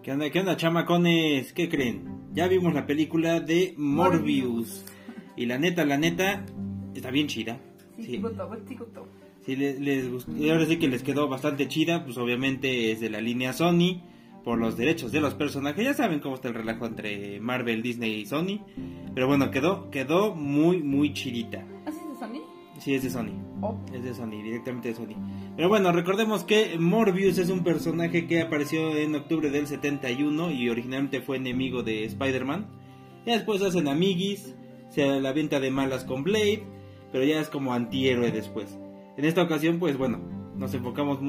Qué onda, chamacones? ¿Qué creen? Ya vimos la película de Morbius. Y la neta, está bien chida. Sí. Sí, les gustó. Ahora sí que les quedó bastante chida. Pues obviamente es de la línea Sony. Por los derechos de los personajes. Ya saben cómo está el relajo entre Marvel, Disney y Sony. Pero bueno, quedó muy, muy chidita. ¿Así es de Sony? Sí, es de Sony. Oh. Es de Sony, directamente de Sony. Pero bueno, recordemos que Morbius es un personaje que apareció en octubre del 71 y originalmente fue enemigo de Spider-Man. Ya después hacen amiguis, se la venta de malas con Blade, pero ya es como antihéroe después. En esta ocasión, pues bueno, nos enfocamos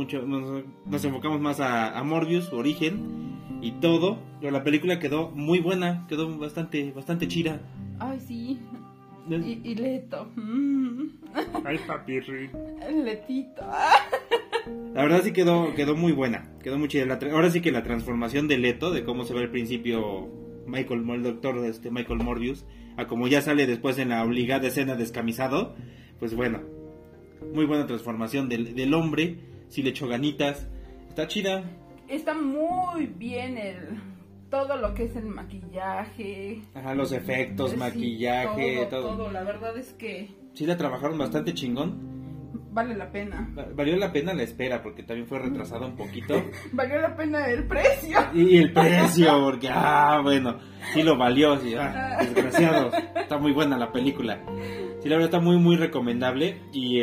más a Morbius, su origen y todo. Pero la película quedó muy buena, quedó bastante chida. Ay, sí. Y Leto. Ay, papirri. Letito. La verdad sí quedó muy buena, quedó muy chida. Ahora sí que la transformación de Leto, de cómo se ve al principio el doctor Michael Morbius, a como ya sale después en la obligada escena descamisado, pues bueno, muy buena transformación del hombre, sí le echó ganitas, está chida. Está muy bien todo lo que es el maquillaje. Ajá, los efectos, sí, maquillaje, todo. La verdad es que sí la trabajaron bastante chingón. vale la pena. Valió la pena la espera, porque también fue retrasada un poquito. Valió la pena el precio. Y el precio, porque, bueno, sí lo valió, sí, desgraciado. Está muy buena la película. Sí, la verdad está muy, muy recomendable. Y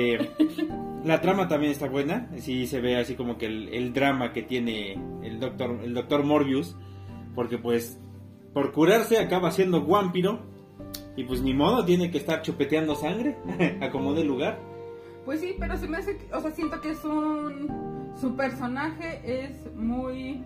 la trama también está buena. Sí se ve así como que el drama que tiene el doctor Morbius. Porque pues, por curarse acaba siendo vampiro. Y pues ni modo, tiene que estar chupeteando sangre a como dé lugar. Pues sí, pero se me hace, o sea, siento que su personaje es muy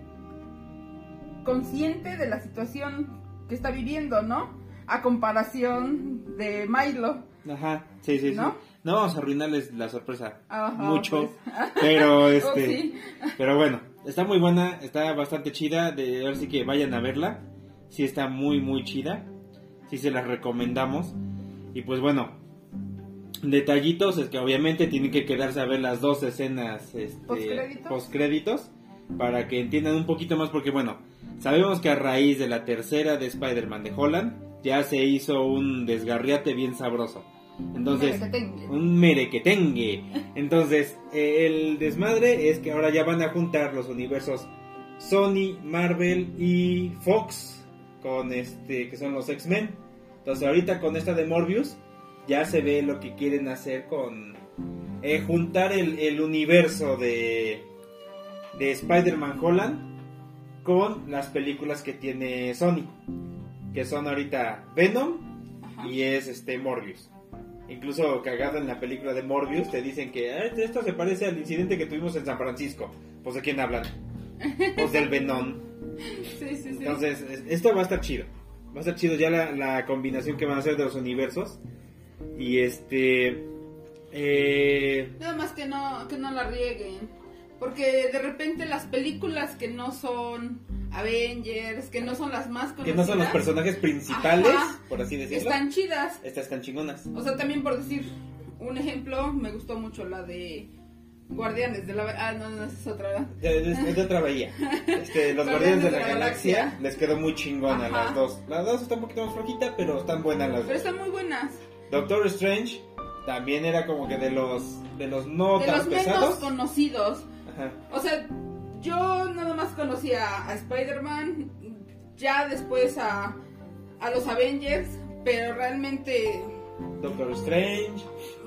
consciente de la situación que está viviendo, ¿no? A comparación de Milo. Ajá, sí. ¿No? No vamos a arruinarles la sorpresa. Ajá, mucho, pues. pero Sí. pero bueno, está muy buena, está bastante chida, ahora sí que vayan a verla. Sí está muy, muy chida. Sí se las recomendamos. Y pues bueno, detallitos es que obviamente tienen que quedarse a ver las dos escenas postcréditos para que entiendan un poquito más, porque bueno, sabemos que a raíz de la tercera de Spider-Man de Holland ya se hizo un desgarriate bien sabroso. Entonces, un merequetengue. Entonces, el desmadre es que ahora ya van a juntar los universos Sony, Marvel y Fox con que son los X-Men. Entonces, ahorita con esta de Morbius ya se ve lo que quieren hacer con juntar el universo de Spider-Man Holland con las películas que tiene Sony, que son ahorita Venom. Ajá. Y es Morbius. Incluso cagado en la película de Morbius te dicen que esto se parece al incidente que tuvimos en San Francisco. Pues ¿de quién hablan? Pues del Venom. Sí. Entonces esto va a estar chido. Va a estar chido ya la combinación que van a hacer de los universos. Y nada más que no la rieguen, porque de repente las películas que no son Avengers, que no son las más conocidas, que no son los personajes principales, ajá, por así decirlo, están chidas. Estas están chingonas. O sea, también por decir un ejemplo, me gustó mucho la de Guardianes de la... no, esa es otra. Es de otra bahía. Los Guardianes de la Galaxia les quedó muy chingona. Ajá. Las dos. Las dos están un poquito más flojitas, pero están buenas las dos. Pero están muy buenas. Doctor Strange también era como que de los no de tan los pesados. Menos conocidos. Ajá. O sea, yo nada más conocía a Spider-Man, ya después a los Avengers, pero realmente... Doctor Strange,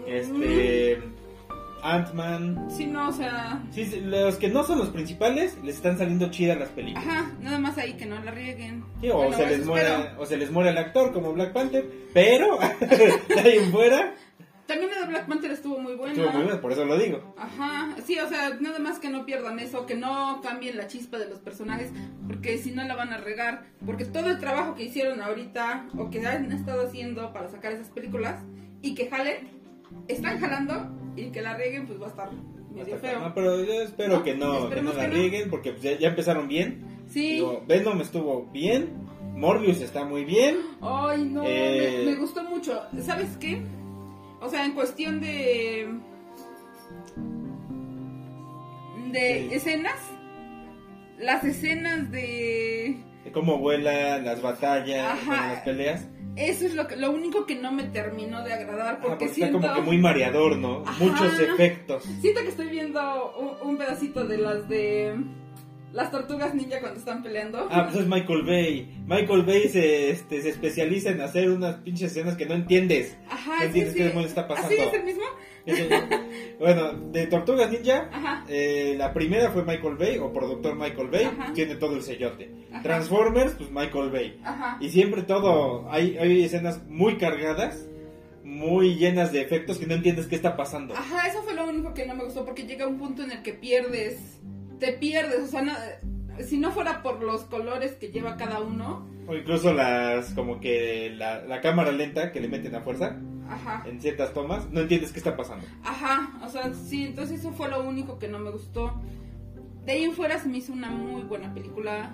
Ant-Man. Sí, no, o sea... Sí, los que no son los principales les están saliendo chidas las películas. Ajá, nada más ahí que no la rieguen. Sí, o se les muere el actor como Black Panther, pero de ahí en fuera... También la de Black Panther estuvo muy buena. Estuvo muy buena, por eso lo digo. Ajá, sí, o sea, nada más que no pierdan eso, que no cambien la chispa de los personajes, porque si no la van a regar. Porque todo el trabajo que hicieron ahorita, o que han estado haciendo para sacar esas películas, y que jalen, están jalando, y que la rieguen, pues va a estar medio feo. No, pero yo espero que no la rieguen, porque pues ya empezaron bien. Sí. Digo, Venom estuvo bien, Morbius está muy bien. Ay, no, me gustó mucho. ¿Sabes qué? O sea, en cuestión de escenas, las escenas de cómo vuela, las batallas, Ajá. bueno, las peleas. Eso es lo único que no me terminó de agradar, porque Porque siento... está como que muy mareador, ¿no? Ajá. Muchos efectos. Siento que estoy viendo un pedacito de las tortugas ninja cuando están peleando. Ah, pues es Michael Bay. Michael Bay se especializa en hacer unas pinches escenas que no entiendes. Ajá, No sí, entiendes sí. qué demonios está pasando. ¿Así es el mismo? Bueno, de Tortugas Ninja, Ajá. la primera fue Michael Bay, o productor Michael Bay, Ajá. tiene todo el sellote. Ajá. Transformers, pues Michael Bay. Ajá. Y siempre todo, hay escenas muy cargadas, muy llenas de efectos que no entiendes qué está pasando. Ajá, eso fue lo único que no me gustó, porque llega un punto en el que te pierdes, o sea, si no fuera por los colores que lleva cada uno. O incluso como que la cámara lenta que le meten a fuerza Ajá. en ciertas tomas, no entiendes qué está pasando. Ajá, o sea, sí, entonces eso fue lo único que no me gustó. De ahí en fuera se me hizo una muy buena película.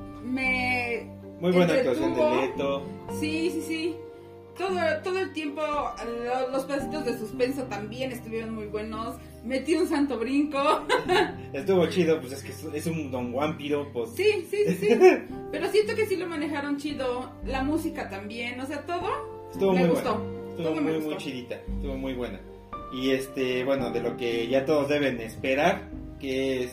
Muy buena actuación de entretuvo. Leto. Sí. Todo el tiempo los pedacitos de suspenso también estuvieron muy buenos. Metí un santo brinco. Estuvo chido, pues es que es un don vampiro, pues. Sí. Pero siento que sí lo manejaron chido. La música también, o sea, todo Estuvo me muy gustó. buena. Estuvo Todo me muy gustó. chidita, estuvo muy buena. Y bueno, de lo que ya todos deben esperar, que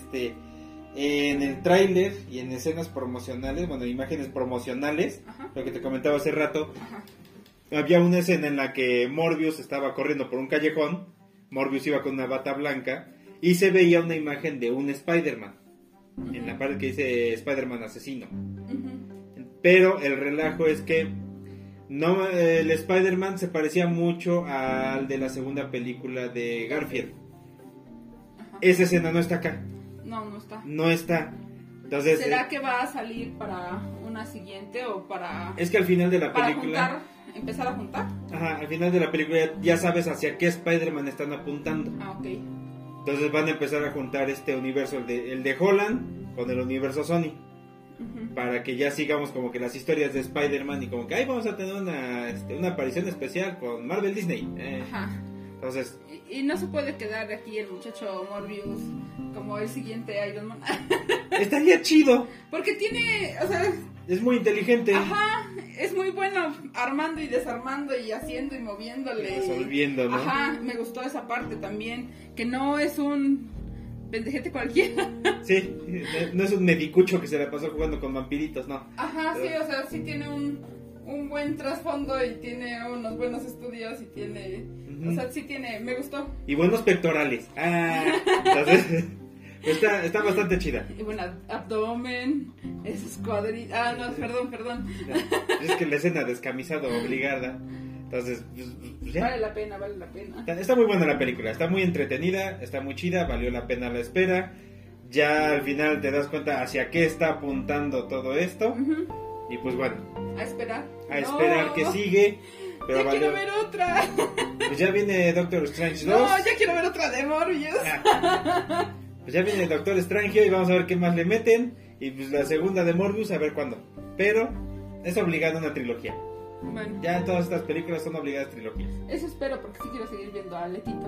en el tráiler y en escenas promocionales, bueno, imágenes promocionales, Ajá. lo que te comentaba hace rato, Ajá. había una escena en la que Morbius estaba corriendo por un callejón, Morbius iba con una bata blanca y se veía una imagen de un Spider-Man, en la parte que dice Spider-Man asesino. Ujú. Pero el relajo es que no, el Spider-Man se parecía mucho al de la segunda película de Garfield. Ajá. Esa escena no está acá, No está. no está. Entonces, ¿Será que va a salir para una siguiente o para es que al final de la para película, empezar a juntar? ajá, al final de la película ya sabes hacia qué Spider-Man están apuntando. Ah, ok. Entonces van a empezar a juntar este universo, el de Holland, con el universo Sony. Ujú. Para que ya sigamos como que las historias de Spider-Man y como que ahí vamos a tener una aparición especial con Marvel Disney. Ajá. Entonces, Y no se puede quedar aquí el muchacho Morbius como el siguiente Iron Man. estaría chido. Porque tiene, o sea, Es muy inteligente. ajá, es muy bueno armando y desarmando y haciendo y moviéndole. Resolviendo, ¿no? Ajá, me gustó esa parte también, que no es un pendejete cualquiera. Sí, no es un medicucho que se la pasó jugando con vampiritos, no. Ajá, sí, o sea, sí tiene un buen trasfondo y tiene unos buenos estudios y tiene, Ujú. o sea, sí tiene, me gustó. Y buenos pectorales. Entonces, está bastante chida. Y bueno, abdomen, esos cuadritos, no, perdón. Es que la escena descamisado obligada. Entonces, pues ya. Vale la pena. Está muy buena la película, está muy entretenida, está muy chida, valió la pena la espera. Ya al final te das cuenta hacia qué está apuntando todo esto. Ujú. Y pues bueno, A esperar. a esperar que sigue. Pero Ya quiero valió. ver otra. Pues ya viene Doctor Strange 2. No, ya quiero ver otra de Morbius. Pues ya viene Doctor Strange y vamos a ver qué más le meten. Y pues la segunda de Morbius, a ver cuándo. Pero es obligada una trilogía. Bueno, Ya todas estas películas son obligadas trilogías. eso espero porque sí quiero seguir viendo a Letito.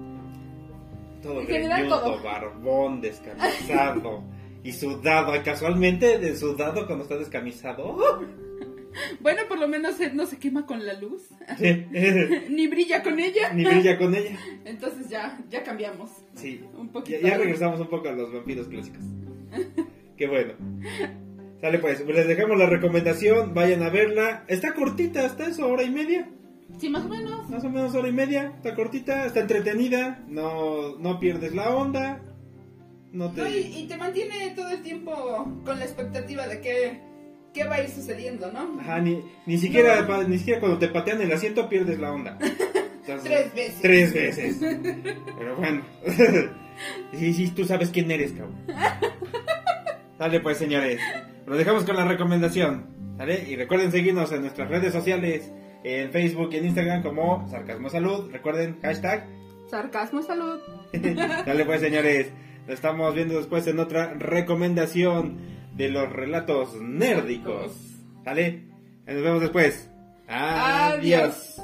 Todo En general, greñudo, todo. barbón, descamisado y sudado. Casualmente de sudado cuando está descamisado. Bueno, por lo menos él no se quema con la luz. Sí. Ni brilla con ella. Ni brilla con ella. Entonces ya cambiamos. Sí. Un poquito. Ya regresamos un poco a los vampiros clásicos. Qué bueno. Sale pues, les dejamos la recomendación, vayan a verla. Está cortita, hasta eso, hora y media. Sí, más o menos. Más o menos hora y media. Está cortita, está entretenida. No pierdes la onda. No te... No, y te mantiene todo el tiempo con la expectativa de qué va a ir sucediendo, ¿no? Ajá, ni siquiera cuando te patean el asiento pierdes la onda. Entonces, 3 veces. 3 veces. Pero bueno. Sí, tú sabes quién eres, cabrón. Dale pues, señores. Lo dejamos con la recomendación. ¿Vale? Y recuerden seguirnos en nuestras redes sociales, en Facebook y en Instagram como Sarcasmo Salud. Recuerden, hashtag. Sarcasmo y salud. Dale pues, señores. Lo estamos viendo después en otra recomendación de los relatos nérdicos. ¿Vale? Nos vemos después. Adiós.